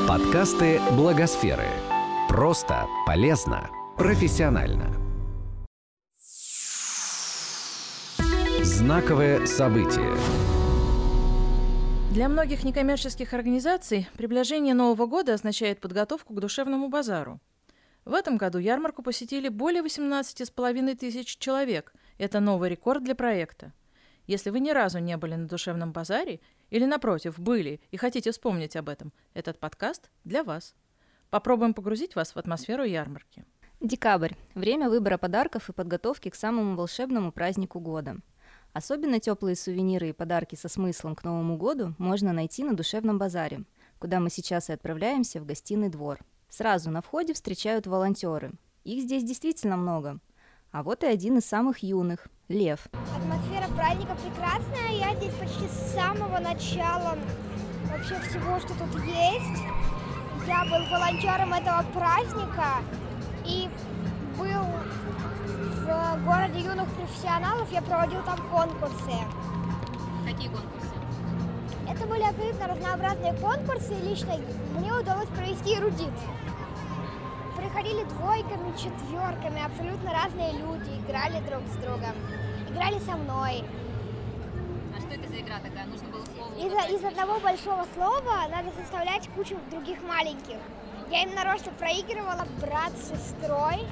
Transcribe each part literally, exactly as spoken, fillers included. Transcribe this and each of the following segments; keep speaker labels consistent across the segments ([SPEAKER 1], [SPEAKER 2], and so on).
[SPEAKER 1] Подкасты Благосферы. Просто, полезно, профессионально. Знаковое событие.
[SPEAKER 2] Для многих некоммерческих организаций приближение Нового года означает подготовку к душевному базару. В этом году ярмарку посетили более восемнадцати с половиной тысяч человек. Это новый рекорд для проекта. Если вы ни разу не были на душевном базаре или, напротив, были и хотите вспомнить об этом, этот подкаст для вас. Попробуем погрузить вас в атмосферу ярмарки.
[SPEAKER 3] Декабрь – время выбора подарков и подготовки к самому волшебному празднику года. Особенно теплые сувениры и подарки со смыслом к Новому году можно найти на душевном базаре, куда мы сейчас и отправляемся в гостиный двор. Сразу на входе встречают волонтеры. Их здесь действительно много. А вот и один из самых юных – Лев.
[SPEAKER 4] Атмосфера праздника прекрасная. Я здесь почти с самого начала вообще всего, что тут есть. Я был волонтером этого праздника и был в городе юных профессионалов. Я проводил там конкурсы.
[SPEAKER 5] Какие конкурсы?
[SPEAKER 4] Это были абсолютно разнообразные конкурсы, и лично мне удалось провести эрудицию. Приходили двойками, четверками, абсолютно разные люди, играли друг с другом, играли со мной.
[SPEAKER 5] А что это за игра такая? Нужно было слово?
[SPEAKER 4] Из, из одного большого слова надо составлять кучу других маленьких. Я им нарочно проигрывала брат с сестрой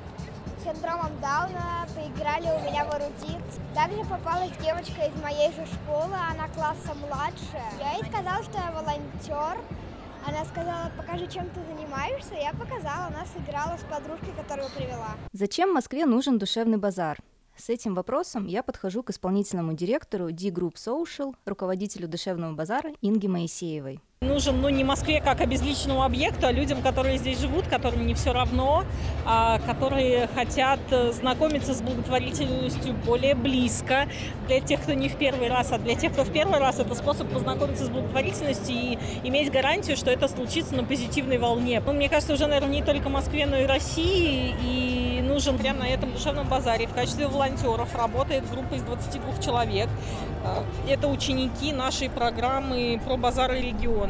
[SPEAKER 4] с синдромом Дауна, поиграли у меня в эрудит. Также попалась девочка из моей же школы, она класса младше. Я ей сказала, что я волонтер. Она сказала: покажи, чем ты занимаешься. Я показала, она сыграла с подружкой, которую привела.
[SPEAKER 3] Зачем Москве нужен душевный базар? С этим вопросом я подхожу к исполнительному директору D-Group Social, руководителю душевного базара Инге Моисеевой.
[SPEAKER 6] Нужен, ну, не Москве как обезличенному объекту, а людям, которые здесь живут, которым не все равно, а, которые хотят знакомиться с благотворительностью более близко. Для тех, кто не в первый раз, а для тех, кто в первый раз, это способ познакомиться с благотворительностью и иметь гарантию, что это случится на позитивной волне. Ну, мне кажется, уже, наверное, не только Москве, но и России, и нужен прямо на этом душевном базаре в качестве волонтеров работает группа из двадцати двух человек. Это ученики нашей программы про базары и регионы.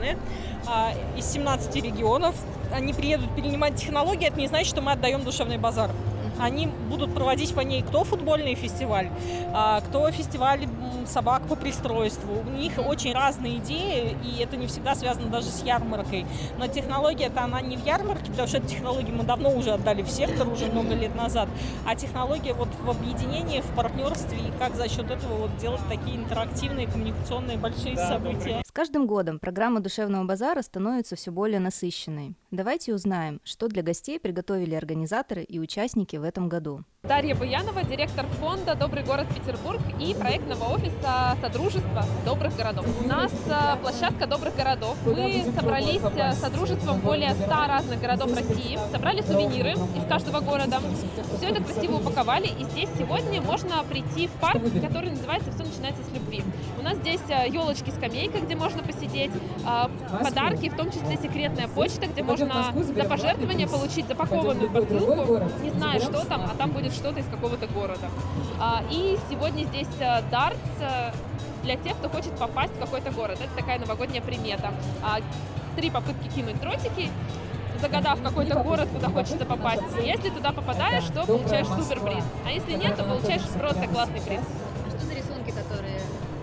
[SPEAKER 6] Из семнадцати регионов. Они приедут перенимать технологии, это не значит, что мы отдаем душевный базар. Они будут проводить по ней кто футбольный фестиваль, кто фестиваль собак по пристройству. У них очень разные идеи, и это не всегда связано даже с ярмаркой. Но технология-то она не в ярмарке, потому что эту технологию мы давно уже отдали в сектор, уже много лет назад. А технология вот в объединении, в партнерстве, и как за счет этого вот делать такие интерактивные, коммуникационные большие да, события.
[SPEAKER 3] С каждым годом программа душевного базара становится все более насыщенной. Давайте узнаем, что для гостей приготовили организаторы и участники в этом году.
[SPEAKER 7] Дарья Буянова, директор фонда «Добрый город Петербург» и проектного офиса Содружества добрых городов. У нас площадка добрых городов. Мы собрались с Содружеством более ста разных городов России, собрали сувениры из каждого города. Все это красиво упаковали, и здесь сегодня можно прийти в парк, который называется «Все начинается с любви». У нас здесь елочки, скамейка, где можно посидеть, подарки, в том числе секретная почта, где можно за пожертвование получить запакованную посылку, не знаю, что там, а там будет что-то из какого-то города. И сегодня здесь дартс для тех, кто хочет попасть в какой-то город. Это такая новогодняя примета. Три попытки кинуть дротики, загадав какой-то город, куда хочется попасть. Если туда попадаешь, то получаешь суперприз. А если нет, то получаешь просто классный приз.
[SPEAKER 5] А что за рисунки, которые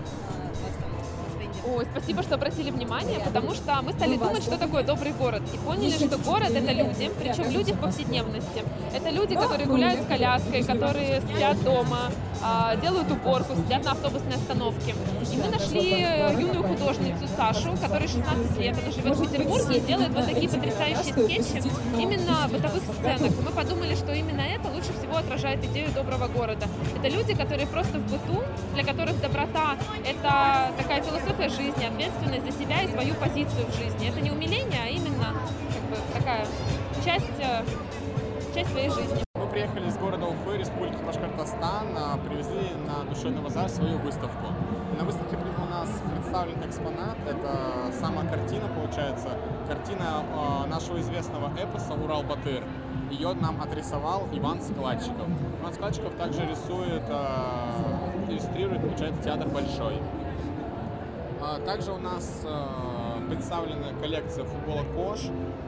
[SPEAKER 7] Ой, спасибо, что обратили внимание, потому что мы стали думать, что такое добрый город, и поняли, что город — это люди, причем люди в повседневности. Это люди, которые гуляют с коляской, которые спят дома, делают уборку, сидят на автобусной остановке. И мы нашли юную художницу Сашу, которой шестнадцать лет, она живет в Петербурге и делает вот такие потрясающие скетчи именно бытовых сценок. Мы подумали, что именно это лучше всего отражает идею доброго города. Это люди, которые просто в быту, для которых доброта — это такая философия жизни, ответственность за себя и свою позицию в жизни. Это не умиление, а именно как бы, такая часть, часть своей жизни.
[SPEAKER 8] Мы приехали из города Уфы, Республики Башкортостан, привезли на душевный базар свою выставку. На выставке у нас представлен экспонат, это сама картина, получается, картина нашего известного эпоса «Урал-Батыр». Ее нам отрисовал Иван Складчиков. Иван Складчиков также рисует, иллюстрирует, получается, театр Большой. Также у нас представлена коллекция футболок Кош.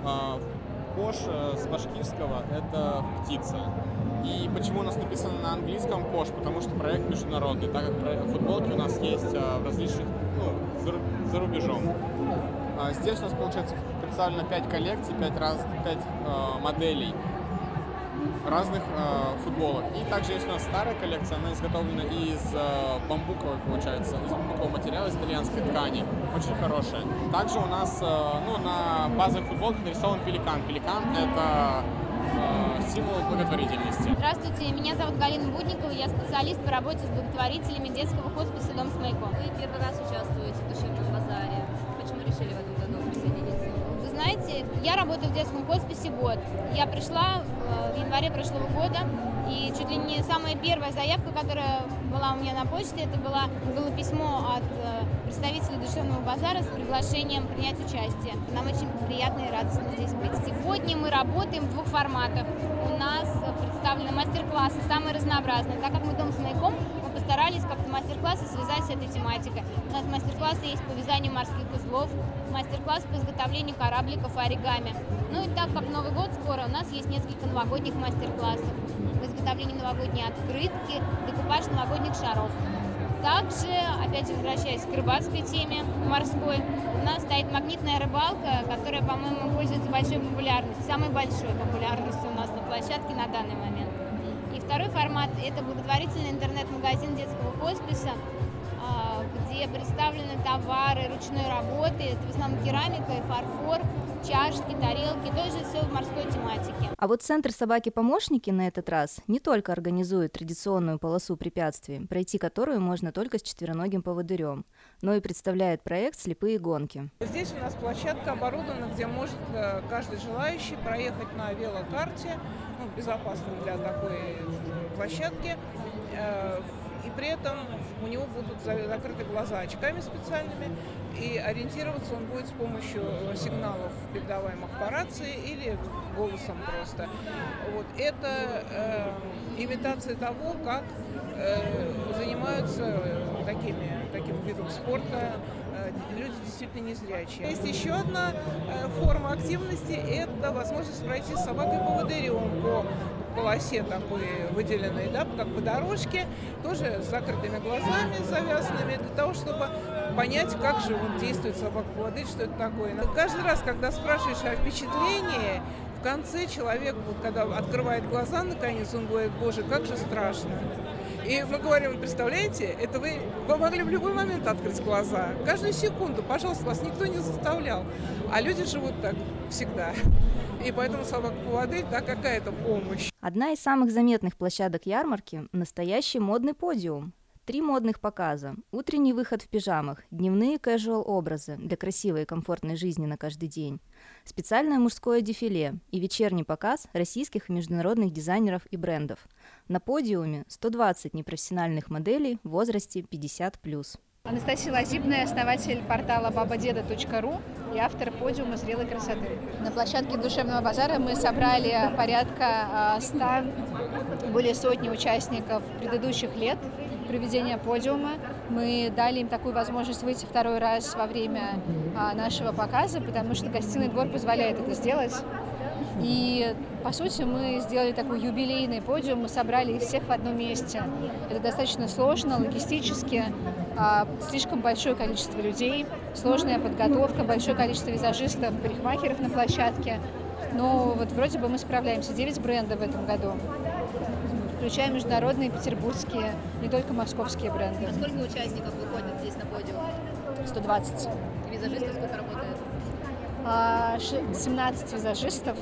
[SPEAKER 8] Кош с башкирского – это птица. И почему у нас написано на английском Кош? Потому что проект международный, так как футболки у нас есть в различных, ну, за рубежом. Здесь у нас, получается, представлено пять коллекций, пять, раз, пять э, моделей разных э, футболок. И также есть у нас старая коллекция, она изготовлена из э, бамбуковой, получается, из бамбукового материала, из итальянской ткани. Очень хорошая. Также у нас э, ну, на базовых футболках нарисован пеликан. Пеликан – это э, символ благотворительности.
[SPEAKER 9] Здравствуйте, меня зовут Галина Будникова, я специалист по работе с благотворителями детского хосписа «Дом с маяком».
[SPEAKER 5] Вы первый раз участвуете в душевном базаре. Почему решили в этом году присоединиться?
[SPEAKER 9] Вы знаете, я работаю в детском хосписе год. Я пришла в январе прошлого года, и чуть ли не самая первая заявка, которая была у меня на почте, это было, было письмо от представителей душевного базара с приглашением принять участие. Нам очень приятно и радостно здесь быть. Сегодня мы работаем в двух форматах. У нас представлены мастер-классы, самые разнообразные. Так как мы дом с маяком, мы постарались как-то мастер-классы связать с этой тематикой. У нас мастер-классы есть по вязанию морских узлов, мастер-класс по изготовлению корабликов и оригами. Ну и так как Новый год скоро, у нас есть несколько новогодних мастер-классов по изготовлению новогодней открытки, декупаж новогодних шаров. Также, опять же, возвращаясь к рыбацкой теме морской, у нас стоит магнитная рыбалка, которая, по-моему, пользуется большой популярностью, самой большой популярностью у нас на площадке на данный момент. И второй формат – это благотворительный интернет-магазин детского хосписа, где представлены товары ручной работы, это в основном керамика и фарфор, чашки, тарелки, тоже все в морской тематике.
[SPEAKER 3] А вот Центр собаки-помощники на этот раз не только организует традиционную полосу препятствий, пройти которую можно только с четвероногим поводырем, но и представляет проект «Слепые гонки».
[SPEAKER 10] Здесь у нас площадка оборудована, где может каждый желающий проехать на велокарте, ну, безопасно для такой площадки, и при этом у него будут закрыты глаза очками специальными, и ориентироваться он будет с помощью сигналов, передаваемых по рации или голосом просто. Вот. Это э, имитация того, как э, занимаются такими, таким видом спорта э, люди действительно незрячие. Есть еще одна э, форма активности – это возможность пройти с собакой-поводырем по полосе такой выделенной, да, как по дорожке, тоже с закрытыми глазами, завязанными, для того, чтобы понять, как же вот действует собака-поводырь, что это такое. Но каждый раз, когда спрашиваешь о впечатлении, в конце человек, вот, когда открывает глаза, наконец, он говорит: боже, как же страшно. И мы говорим: представляете, это вы, вы могли в любой момент открыть глаза, каждую секунду, пожалуйста, вас никто не заставлял. А люди живут так всегда. И поэтому собака-поводырь, да, какая-то помощь.
[SPEAKER 3] Одна из самых заметных площадок ярмарки – настоящий модный подиум. Три модных показа, утренний выход в пижамах, дневные casual-образы для красивой и комфортной жизни на каждый день, специальное мужское дефиле и вечерний показ российских и международных дизайнеров и брендов. На подиуме сто двадцать непрофессиональных моделей в возрасте пятьдесят плюс.
[SPEAKER 11] Анастасия Лазибная, основатель портала бабадеда точка ру и автор подиума зрелой красоты. На площадке душевного базара мы собрали порядка ста, более сотни участников предыдущих лет проведения подиума. Мы дали им такую возможность выйти второй раз во время нашего показа, потому что гостиный двор позволяет это сделать. И, по сути, мы сделали такой юбилейный подиум, мы собрали их всех в одном месте. Это достаточно сложно, логистически, слишком большое количество людей, сложная подготовка, большое количество визажистов, парикмахеров на площадке. Но вот вроде бы мы справляемся. Девять брендов в этом году, включая международные, петербургские, не только московские бренды.
[SPEAKER 5] А сколько участников выходит здесь на подиум?
[SPEAKER 11] сто двадцать.
[SPEAKER 5] Визажистов сколько работает?
[SPEAKER 11] семнадцать визажистов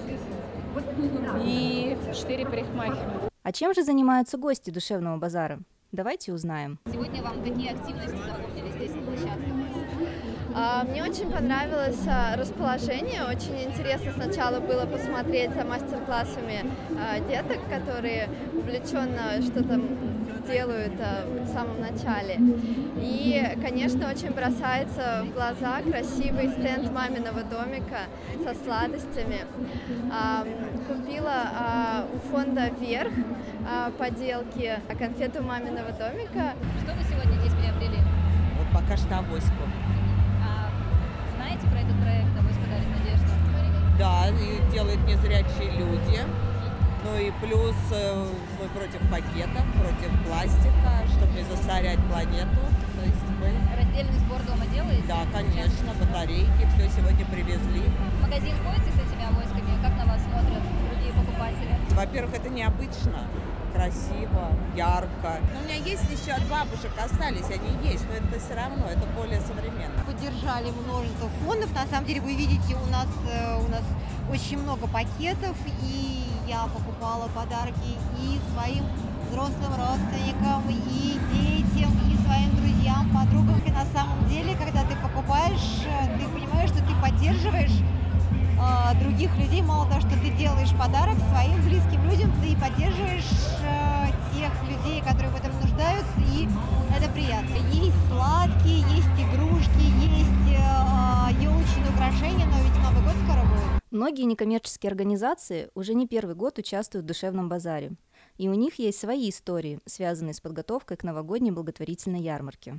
[SPEAKER 11] и четыре парикмахера.
[SPEAKER 3] А чем же занимаются гости душевного базара? Давайте узнаем.
[SPEAKER 5] Сегодня вам какие активности запомнились здесь на площадке?
[SPEAKER 12] Мне очень понравилось расположение. Очень интересно сначала было посмотреть за мастер-классами деток, которые увлеченно что-то делают в самом начале. И, конечно, очень бросается в глаза красивый стенд маминого домика со сладостями. Купила у фонда «Вверх» поделки конфету маминого домика.
[SPEAKER 5] Что вы сегодня здесь приобрели?
[SPEAKER 13] Вот пока что авоську.
[SPEAKER 5] А знаете про этот
[SPEAKER 13] да, и делают незрячие люди. Ну и плюс мы против пакетов, против пластика, чтобы не засорять планету. То есть мы...
[SPEAKER 5] Раздельный сбор дома делаете?
[SPEAKER 13] Да, конечно, батарейки, все сегодня привезли.
[SPEAKER 5] В магазин ходите с этими авоськами? Как на вас смотрят другие покупатели?
[SPEAKER 13] Во-первых, это необычно, красиво, ярко. Но у меня есть еще от бабушек остались, они есть, но это все равно, это более современно.
[SPEAKER 14] Поддержали множество фондов. На самом деле, вы видите, у нас, у нас очень много пакетов, и я покупала подарки и своим взрослым родственникам, и детям, и своим друзьям, подругам. И на самом деле, когда ты покупаешь, ты понимаешь, что ты поддерживаешь э, других людей. Мало того, что ты делаешь подарок своим близким людям, ты поддерживаешь э, тех людей, которые в этом нуждаются, и это приятно. Есть сладкие, есть игрушки, есть э, елочные украшения, но ведь Новый год скоро будет.
[SPEAKER 3] Многие некоммерческие организации уже не первый год участвуют в душевном базаре, и у них есть свои истории, связанные с подготовкой к новогодней благотворительной ярмарке.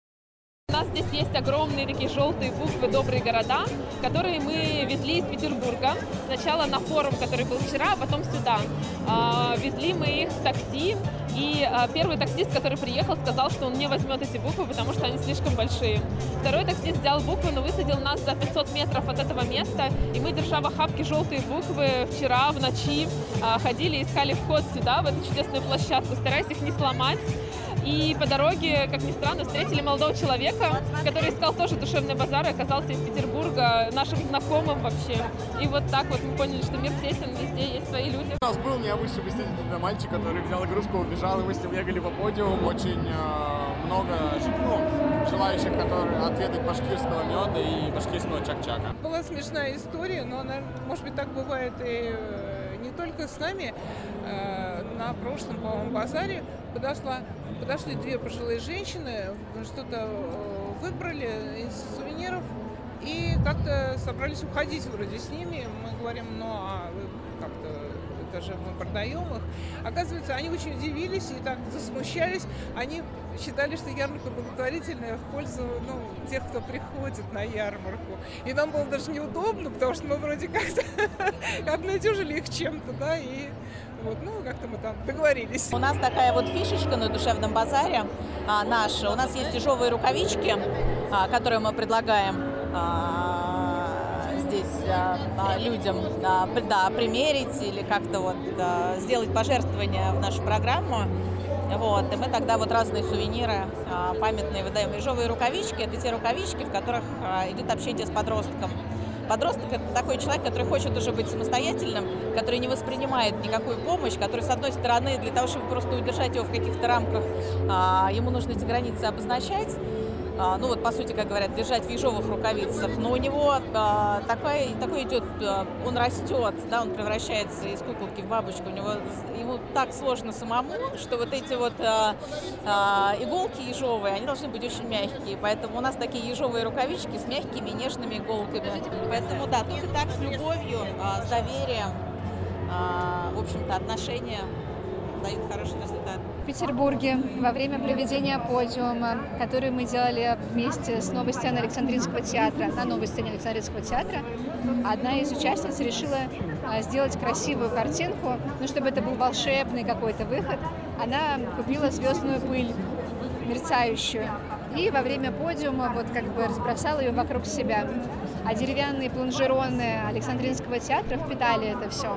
[SPEAKER 7] У нас здесь есть огромные такие желтые буквы «Добрые города», которые мы везли из Петербурга. Сначала на форум, который был вчера, а потом сюда. Везли мы их с такси, и первый таксист, который приехал, сказал, что он не возьмет эти буквы, потому что они слишком большие. Второй таксист взял буквы, но высадил нас за пятьсот метров от этого места, и мы, держа в охапке желтые буквы, вчера в ночи ходили, искали вход сюда, в эту чудесную площадку, стараясь их не сломать. И по дороге, как ни странно, встретили молодого человека, который искал тоже душевный базар и оказался из Петербурга нашим знакомым вообще. И вот так вот мы поняли, что мир тесен, везде есть свои люди.
[SPEAKER 8] У нас был необычный посетительный мальчик, который взял игрушку, убежал, и мы с ним бегали по подиуму. Очень э, много ну, желающих, которые отведать башкирского меда и башкирского чак-чака.
[SPEAKER 10] Была смешная история, но она, может быть, так бывает и не только с нами. На прошлом, по-моему, базаре подошла, подошли две пожилые женщины, что-то выбрали из сувениров и как-то собрались уходить вроде с ними. Мы говорим, ну а вы как-то, это же мы продаем их. Оказывается, они очень удивились и так засмущались. Они считали, что ярмарка благотворительная в пользу ну, тех, кто приходит на ярмарку. И нам было даже неудобно, потому что мы вроде как-то обнадежили их чем-то, да, и вот, ну, как-то мы там договорились.
[SPEAKER 15] У нас такая вот фишечка на душевном базаре а, наша. У нас есть ежовые рукавички, а, которые мы предлагаем а, здесь а, людям а, да, примерить или как-то вот а, сделать пожертвование в нашу программу. Вот, и мы тогда вот разные сувениры а, памятные выдаем. Ежовые рукавички – это те рукавички, в которых а, идет общение с подростком. Подросток – это такой человек, который хочет уже быть самостоятельным, который не воспринимает никакую помощь, который, с одной стороны, для того, чтобы просто удержать его в каких-то рамках, а, ему нужно эти границы обозначать. А, ну вот, по сути, как говорят, держать в ежовых рукавицах. Но у него а, такой, такой идет, а, он растет, да, он превращается из куколки в бабочку. У него, ему так сложно самому, что вот эти вот а, а, иголки ежовые, они должны быть очень мягкие. Поэтому у нас такие ежовые рукавички с мягкими, нежными иголками. Поэтому, да, только так, с любовью, а, с доверием, а, в общем-то, отношения дают хороший результат.
[SPEAKER 11] В Петербурге во время проведения подиума, который мы делали вместе с новой сценой Александринского театра, на новой сцене Александринского театра, одна из участниц решила сделать красивую картинку, ну, чтобы это был волшебный какой-то выход. Она купила звездную пыль, мерцающую, и во время подиума вот как бы разбросала ее вокруг себя. А деревянные планжероны Александринского театра впитали это все.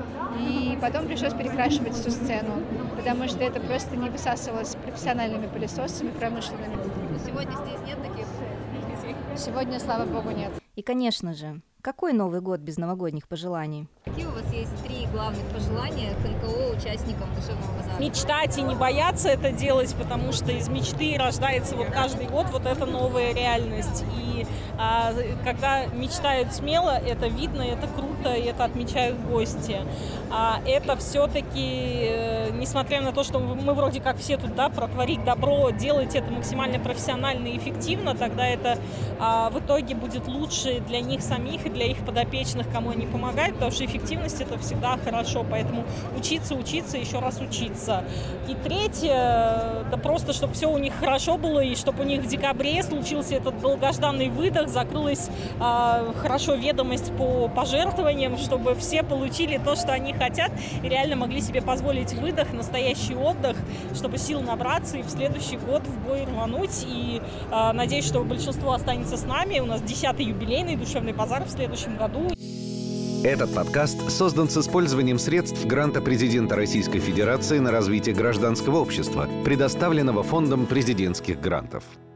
[SPEAKER 11] И потом пришлось перекрашивать всю сцену, потому что это просто не высасывалось профессиональными пылесосами промышленными.
[SPEAKER 5] Сегодня здесь нет таких?
[SPEAKER 11] Сегодня, слава богу, нет.
[SPEAKER 3] И, конечно же, какой Новый год без новогодних пожеланий?
[SPEAKER 5] Какие у вас есть три главных пожелания к эн ка о участникам душевного базара?
[SPEAKER 6] Мечтать и не бояться это делать, потому что из мечты рождается вот каждый год вот эта новая реальность. И а, когда мечтают смело, это видно, это круто, и это отмечают гости. А это все-таки, несмотря на то, что мы вроде как все тут, да, про творить добро, делать это максимально профессионально и эффективно, тогда это а, в итоге будет лучше для них самих и для их подопечных, кому они помогают, потому что эффективность — это всегда хорошо, поэтому учиться, учиться, еще раз учиться. И третье, да просто, чтобы все у них хорошо было, и чтобы у них в декабре случился этот долгожданный выдох всех закрылась э, хорошо ведомость по пожертвованиям, чтобы все получили то, что они хотят, и реально могли себе позволить выдох, настоящий отдых, чтобы сил набраться и в следующий год в бой рвануть. И э, надеюсь, что большинство останется с нами. У нас десятый юбилейный душевный базар в следующем году.
[SPEAKER 1] Этот подкаст создан с использованием средств гранта президента Российской Федерации на развитие гражданского общества, предоставленного Фондом президентских грантов.